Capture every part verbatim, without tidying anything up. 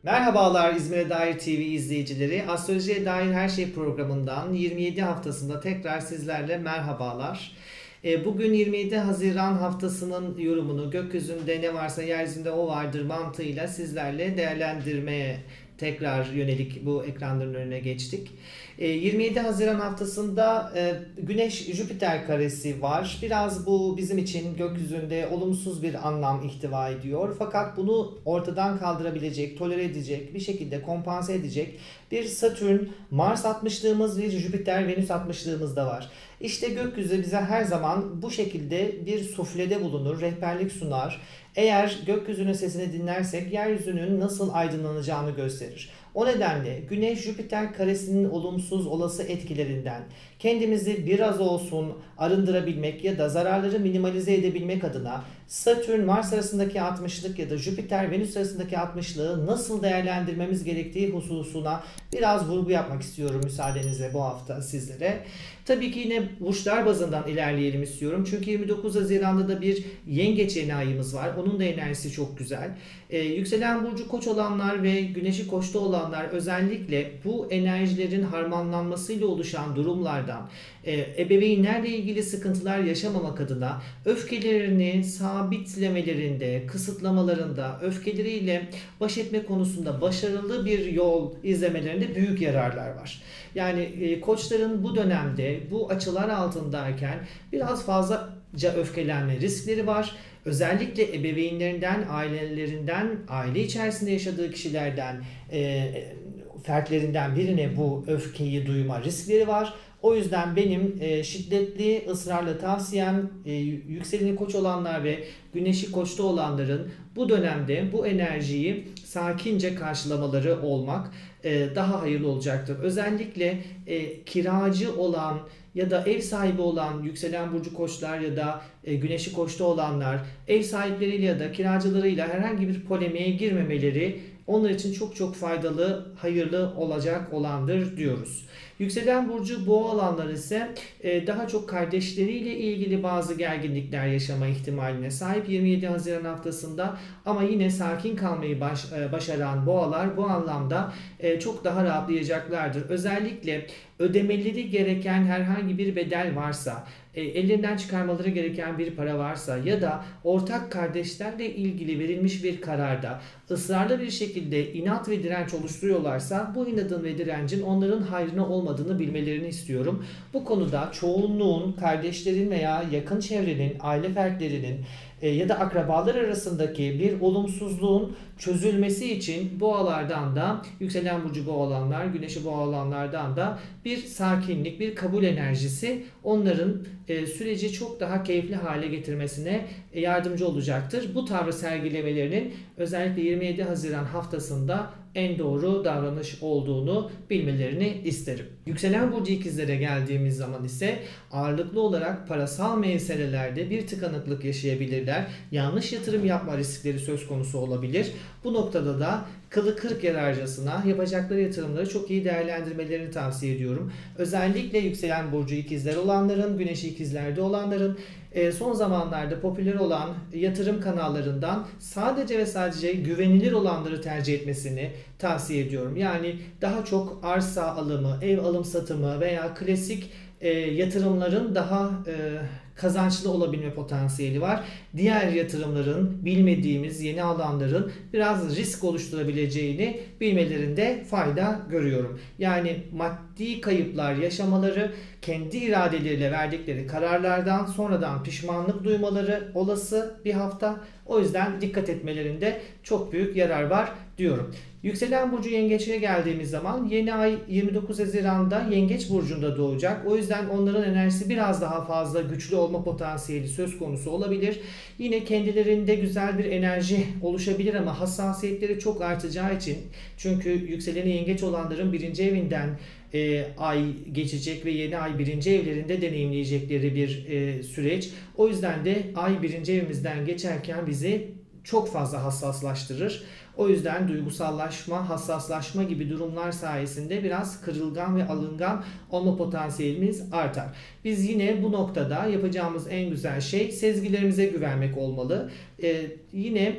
Merhabalar İzmir'e dair T V izleyicileri. Astrolojiye dair her şey programından yirmi yedi haftasında tekrar sizlerle merhabalar. E, Bugün yirmi yedi Haziran haftasının yorumunu gökyüzünde ne varsa yeryüzünde o vardır mantığıyla sizlerle değerlendirmeye tekrar yönelik bu ekranların önüne geçtik. E, yirmi yedi Haziran haftasında e, Güneş-Jüpiter karesi var. Biraz bu bizim için gökyüzünde olumsuz bir anlam ihtiva ediyor. Fakat bunu ortadan kaldırabilecek, tolere edecek, bir şekilde kompanse edecek bir Satürn-Mars altmışlığımız, bir Jüpiter-Venüs altmışlığımız da var. İşte gökyüzü bize her zaman bu şekilde bir suflede bulunur, rehberlik sunar. Eğer gökyüzünün sesini dinlersek yeryüzünün nasıl aydınlanacağını gösterir. O nedenle Güneş-Jüpiter karesinin olumsuz olası etkilerinden kendimizi biraz olsun arındırabilmek ya da zararları minimalize edebilmek adına Satürn-Mars arasındaki altmışlık ya da Jüpiter-Venüs arasındaki altmışlığı nasıl değerlendirmemiz gerektiği hususuna biraz vurgu yapmak istiyorum müsaadenizle bu hafta sizlere. Tabii ki yine burçlar bazından ilerleyelim istiyorum. Çünkü yirmi dokuz Haziran'da da bir yengeç yeni ayımız var. Onun da enerjisi çok güzel. Ee, yükselen burcu Koç olanlar ve güneşi Koç'ta olanlar özellikle bu enerjilerin harmanlanmasıyla oluşan durumlardan e, ebeveynlerle ilgili sıkıntılar yaşamamak adına öfkelerini sabitlemelerinde, kısıtlamalarında, öfkeleriyle baş etme konusunda başarılı bir yol izlemelerinde büyük yararlar var. Yani e, koçların bu dönemde bu açılar altındayken biraz fazlaca öfkelenme riskleri var. Özellikle ebeveynlerinden, ailelerinden, aile içerisinde yaşadığı kişilerden, e, fertlerinden birine bu öfkeyi duyma riskleri var. O yüzden benim e, şiddetli, ısrarlı tavsiyem e, yükseleni Koç olanlar ve güneşi Koç'ta olanların bu dönemde bu enerjiyi sakince karşılamaları olmak e, daha hayırlı olacaktır. Özellikle e, kiracı olan ya da ev sahibi olan yükselen burcu Koçlar ya da e, güneşi Koç'ta olanlar ev sahipleriyle ya da kiracılarıyla herhangi bir polemiğe girmemeleri onlar için çok çok faydalı, hayırlı olacak olandır diyoruz. Yükselen burcu Boğa olanlar ise daha çok kardeşleriyle ilgili bazı gerginlikler yaşama ihtimaline sahip yirmi yedi Haziran haftasında, ama yine sakin kalmayı baş, başaran boğalar bu anlamda çok daha rahatlayacaklardır. Özellikle ödemeleri gereken herhangi bir bedel varsa, ellerinden çıkarmaları gereken bir para varsa ya da ortak kardeşlerle ilgili verilmiş bir kararda ısrarlı bir şekilde inat ve direnç oluşturuyorlarsa bu inadın ve direncin onların hayrına olmadığını bilmelerini istiyorum. Bu konuda çoğunluğun, kardeşlerin veya yakın çevrenin, aile fertlerinin ya da akrabalar arasındaki bir olumsuzluğun çözülmesi için boğalardan da, yükselen burcu boğa olanlar, güneşi boğa olanlardan da bir sakinlik, bir kabul enerjisi onların e, süreci çok daha keyifli hale getirmesine e, yardımcı olacaktır. Bu tavrı sergilemelerinin özellikle yirmi yedi Haziran haftasında en doğru davranış olduğunu bilmelerini isterim. Yükselen burcu ikizlere geldiğimiz zaman ise ağırlıklı olarak parasal meselelerde bir tıkanıklık yaşayabilirler. Yanlış yatırım yapma riskleri söz konusu olabilir. Bu noktada da kılı kırk yararcasına yapacakları yatırımları çok iyi değerlendirmelerini tavsiye ediyorum. Özellikle yükselen burcu ikizler olanların, güneşi ikizlerde olanların son zamanlarda popüler olan yatırım kanallarından sadece ve sadece güvenilir olanları tercih etmesini tavsiye ediyorum. Yani daha çok arsa alımı, ev alım satımı veya klasik e, yatırımların daha e, kazançlı olabilme potansiyeli var. Diğer yatırımların, bilmediğimiz yeni alanların biraz risk oluşturabileceğini bilmelerinde fayda görüyorum. Yani maddi kayıplar yaşamaları, kendi iradeleriyle verdikleri kararlardan sonradan pişmanlık duymaları olası bir hafta. O yüzden dikkat etmelerinde çok büyük yarar var diyorum. Yükselen burcu yengeçe geldiğimiz zaman yeni ay yirmi dokuz Haziran'da yengeç burcunda doğacak. O yüzden onların enerjisi biraz daha fazla güçlü olma potansiyeli söz konusu olabilir. Yine kendilerinde güzel bir enerji oluşabilir ama hassasiyetleri çok artacağı için, çünkü yükseleni yengeç olanların birinci evinden e, ay geçecek ve yeni ay birinci evlerinde deneyimleyecekleri bir e, süreç. O yüzden de ay birinci evimizden geçerken bizi çok fazla hassaslaştırır. O yüzden duygusallaşma, hassaslaşma gibi durumlar sayesinde biraz kırılgan ve alıngan olma potansiyelimiz artar. Biz yine bu noktada yapacağımız en güzel şey sezgilerimize güvenmek olmalı. Ee, yine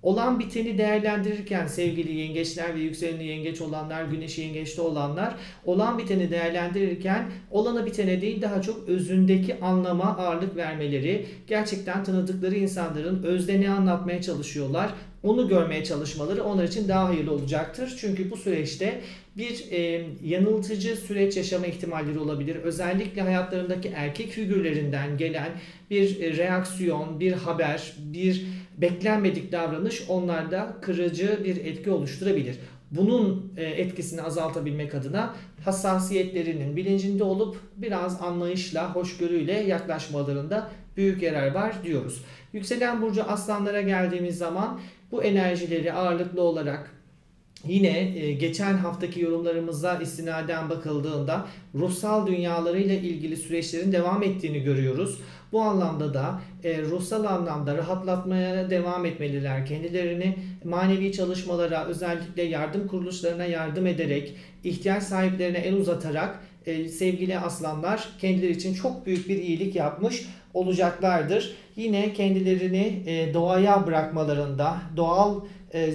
Olan biteni değerlendirirken sevgili yengeçler ve yükseleni yengeç olanlar, güneşi yengeçte olanlar olan biteni değerlendirirken olana bitene değil daha çok özündeki anlama ağırlık vermeleri, gerçekten tanıdıkları insanların özde ne anlatmaya çalışıyorlar onu görmeye çalışmaları onlar için daha hayırlı olacaktır. Çünkü bu süreçte bir e, yanıltıcı süreç yaşama ihtimalleri olabilir. Özellikle hayatlarındaki erkek figürlerinden gelen bir e, reaksiyon, bir haber, bir beklenmedik davranış onlarda kırıcı bir etki oluşturabilir. Bunun e, etkisini azaltabilmek adına hassasiyetlerinin bilincinde olup biraz anlayışla, hoşgörüyle yaklaşmalarında büyük yarar var diyoruz. Yükselen burcu aslanlara geldiğimiz zaman bu enerjileri ağırlıklı olarak yine geçen haftaki yorumlarımıza istinaden bakıldığında ruhsal dünyalarıyla ilgili süreçlerin devam ettiğini görüyoruz. Bu anlamda da e, ruhsal anlamda rahatlatmaya devam etmeliler. Kendilerini manevi çalışmalara, özellikle yardım kuruluşlarına yardım ederek, ihtiyaç sahiplerine el uzatarak e, sevgili aslanlar kendileri için çok büyük bir iyilik yapmış olacaklardır. Yine kendilerini e, doğaya bırakmalarında, doğal e,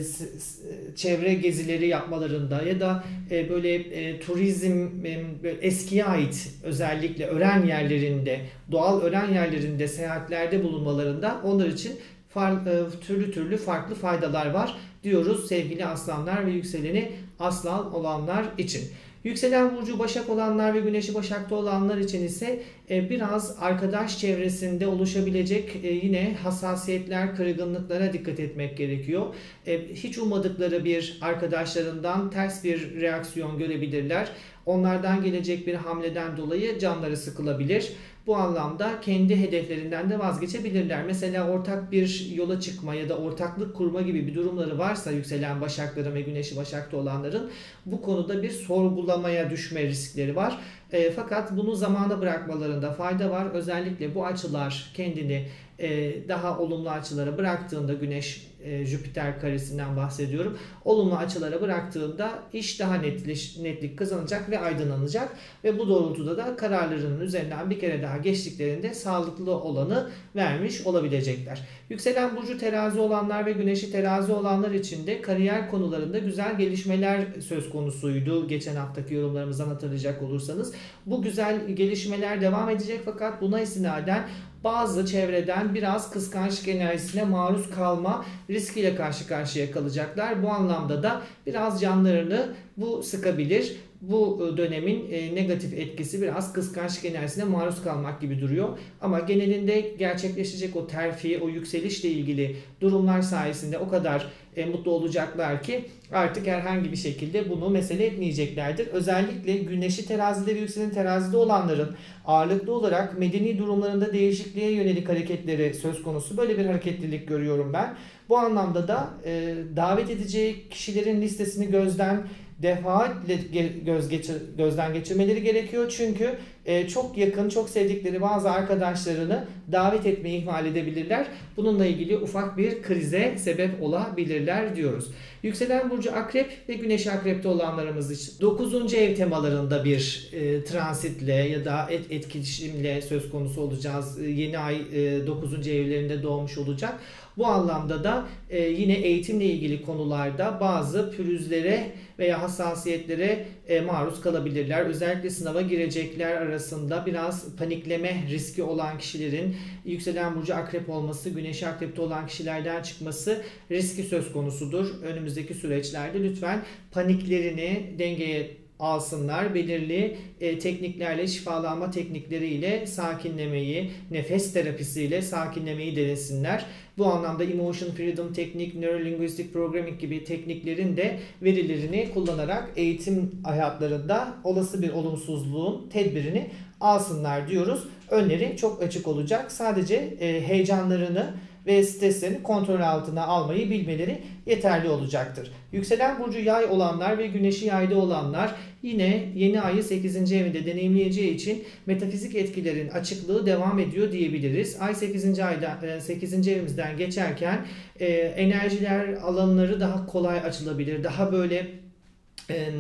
çevre gezileri yapmalarında ya da e, böyle e, turizm e, eskiye ait özellikle öğren yerlerinde, doğal öğren yerlerinde seyahatlerde bulunmalarında onlar için far, e, türlü türlü farklı faydalar var diyoruz sevgili aslanlar ve yükseleni aslan olanlar için. Yükselen burcu Başak olanlar ve güneşi Başak'ta olanlar için ise biraz arkadaş çevresinde oluşabilecek yine hassasiyetler, kırgınlıklara dikkat etmek gerekiyor. Hiç ummadıkları bir arkadaşlarından ters bir reaksiyon görebilirler. Onlardan gelecek bir hamleden dolayı canları sıkılabilir. Bu anlamda kendi hedeflerinden de vazgeçebilirler. Mesela ortak bir yola çıkma ya da ortaklık kurma gibi bir durumları varsa yükselen Başakların ve güneşi Başak'ta olanların bu konuda bir sorgulamaya düşme riskleri var. E, fakat bunu zamana bırakmalarında fayda var. Özellikle bu açılar kendini e, daha olumlu açılara bıraktığında Güneş e, Jüpiter karesinden bahsediyorum. Olumlu açılara bıraktığında iş daha netleş, netlik kazanacak ve aydınlanacak ve bu doğrultuda da kararlarının üzerinden bir kere daha geçtiklerinde sağlıklı olanı vermiş olabilecekler. Yükselen burcu terazi olanlar ve güneşi terazi olanlar için de kariyer konularında güzel gelişmeler söz konusuydu. Geçen haftaki yorumlarımızdan hatırlayacak olursanız. Bu güzel gelişmeler devam edecek fakat buna istinaden bazı çevreden biraz kıskançlık enerjisine maruz kalma riskiyle karşı karşıya kalacaklar. Bu anlamda da biraz canlarını bu sıkabilir. Bu dönemin negatif etkisi biraz kıskançlık enerjisine maruz kalmak gibi duruyor. Ama genelinde gerçekleşecek o terfi, o yükselişle ilgili durumlar sayesinde o kadar mutlu olacaklar ki artık herhangi bir şekilde bunu mesele etmeyeceklerdir. Özellikle güneşi terazide ve yükselen terazide olanların ağırlıklı olarak medeni durumlarında değişikliğe yönelik hareketleri söz konusu. Böyle bir hareketlilik görüyorum ben. Bu anlamda da e, davet edeceği kişilerin listesini gözden defaatle göz geçir, gözden geçirmeleri gerekiyor. Çünkü e, çok yakın, çok sevdikleri bazı arkadaşlarını davet etmeyi ihmal edebilirler. Bununla ilgili ufak bir krize sebep olabilirler diyoruz. Yükselen burcu Akrep ve Güneş Akrep'te olanlarımız için dokuzuncu ev temalarında bir e, transitle ya da et, etkileşimle söz konusu olacağız. E, yeni ay e, dokuzuncu evlerinde doğmuş olacak. Bu anlamda da e, yine eğitimle ilgili konularda bazı pürüzlere veya hassasiyetlere e, maruz kalabilirler. Özellikle sınava girecekler arasında biraz panikleme riski olan kişilerin yükselen burcu akrep olması, güneşi akrepte olan kişilerden çıkması riski söz konusudur. Önümüzdeki süreçlerde lütfen paniklerini dengeye alsınlar. Belirli e, tekniklerle, şifalanma teknikleriyle sakinlemeyi, nefes terapisiyle sakinlemeyi denesinler. Bu anlamda Emotion Freedom Teknik, Neurolinguistic Programming gibi tekniklerin de verilerini kullanarak eğitim hayatlarında olası bir olumsuzluğun tedbirini alsınlar diyoruz. Önleri çok açık olacak. Sadece e, heyecanlarını ve streslerini kontrol altına almayı bilmeleri yeterli olacaktır. Yükselen burcu yay olanlar ve güneşi yayda olanlar yine yeni ayı sekizinci evinde deneyimleyeceği için metafizik etkilerin açıklığı devam ediyor diyebiliriz. Ay sekizinci ayda sekizinci evimizden geçerken enerjiler alanları daha kolay açılabilir. Daha böyle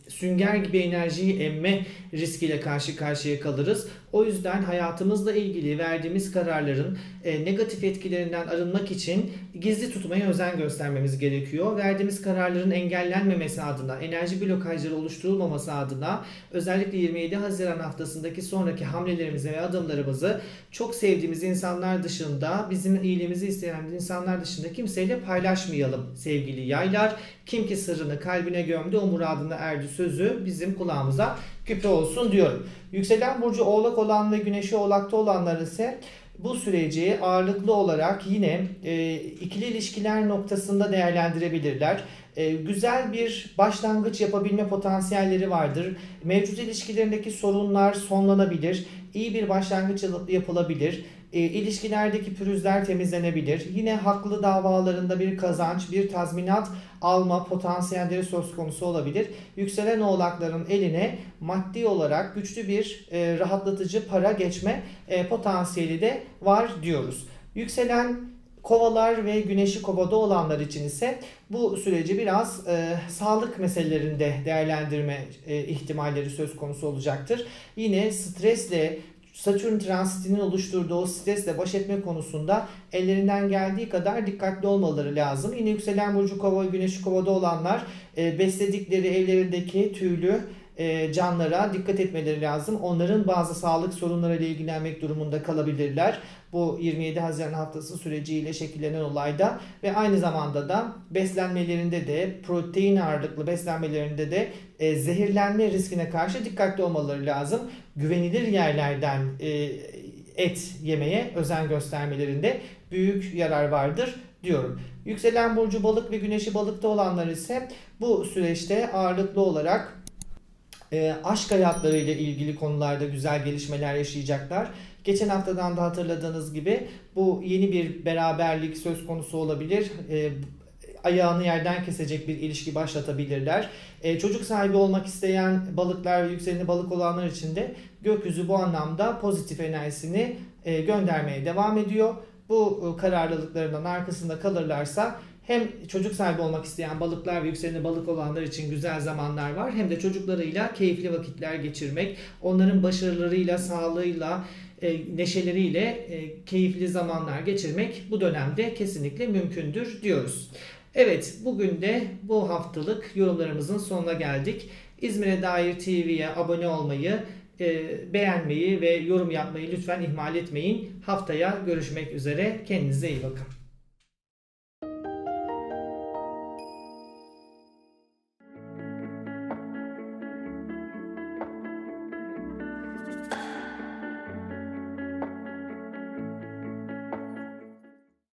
sünger gibi enerjiyi emme riskiyle karşı karşıya kalırız. O yüzden hayatımızla ilgili verdiğimiz kararların e, negatif etkilerinden arınmak için gizli tutmaya özen göstermemiz gerekiyor. Verdiğimiz kararların engellenmemesi adına, enerji blokajları oluşturulmaması adına özellikle yirmi yedi Haziran haftasındaki sonraki hamlelerimizi ve adımlarımızı çok sevdiğimiz insanlar dışında, bizim iyiliğimizi isteyen insanlar dışında kimseyle paylaşmayalım sevgili yaylar. Kim ki sırrını kalbine gömdü o muradına erdi sözü bizim kulağımıza küpe olsun diyorum. Yükselen burcu Oğlak olan ve Güneşi Oğlak'ta olanlar ise bu süreci ağırlıklı olarak yine e, ikili ilişkiler noktasında değerlendirebilirler. E, güzel bir başlangıç yapabilme potansiyelleri vardır. Mevcut ilişkilerindeki sorunlar sonlanabilir. İyi bir başlangıç yapılabilir. E, ilişkilerdeki pürüzler temizlenebilir. Yine haklı davalarında bir kazanç, bir tazminat alma potansiyelleri söz konusu olabilir. Yükselen oğlakların eline maddi olarak güçlü bir e, rahatlatıcı para geçme e, potansiyeli de var diyoruz. Yükselen kovalar ve güneşi kovada olanlar için ise bu süreci biraz e, sağlık meselelerinde değerlendirme e, ihtimalleri söz konusu olacaktır. Yine stresle Satürn transitinin oluşturduğu o stresle baş etme konusunda ellerinden geldiği kadar dikkatli olmaları lazım. Yine yükselen burcu kova, güneşi kovada olanlar e, besledikleri evlerindeki tüylü e, canlara dikkat etmeleri lazım. Onların bazı sağlık sorunlarıyla ilgilenmek durumunda kalabilirler. Bu yirmi yedi Haziran haftası süreciyle şekillenen olayda ve aynı zamanda da beslenmelerinde de protein ağırlıklı beslenmelerinde de e, zehirlenme riskine karşı dikkatli olmaları lazım. Güvenilir yerlerden e, et yemeye özen göstermelerinde büyük yarar vardır diyorum. Yükselen burcu balık ve güneşi balıkta olanlar ise bu süreçte ağırlıklı olarak e, aşk hayatlarıyla ilgili konularda güzel gelişmeler yaşayacaklar. Geçen haftadan da hatırladığınız gibi bu yeni bir beraberlik söz konusu olabilir. E, ayağını yerden kesecek bir ilişki başlatabilirler. E, çocuk sahibi olmak isteyen balıklar ve yükseleni balık olanlar için de gökyüzü bu anlamda pozitif enerjisini e, göndermeye devam ediyor. Bu e, kararlılıklarından arkasında kalırlarsa hem çocuk sahibi olmak isteyen balıklar ve yükseleni balık olanlar için güzel zamanlar var. Hem de çocuklarıyla keyifli vakitler geçirmek, onların başarılarıyla, sağlığıyla, e, neşeleriyle e, keyifli zamanlar geçirmek bu dönemde kesinlikle mümkündür diyoruz. Evet, bugün de bu haftalık yorumlarımızın sonuna geldik. İzmir'e dair T V'ye abone olmayı, e, beğenmeyi ve yorum yapmayı lütfen ihmal etmeyin. Haftaya görüşmek üzere. Kendinize iyi bakın.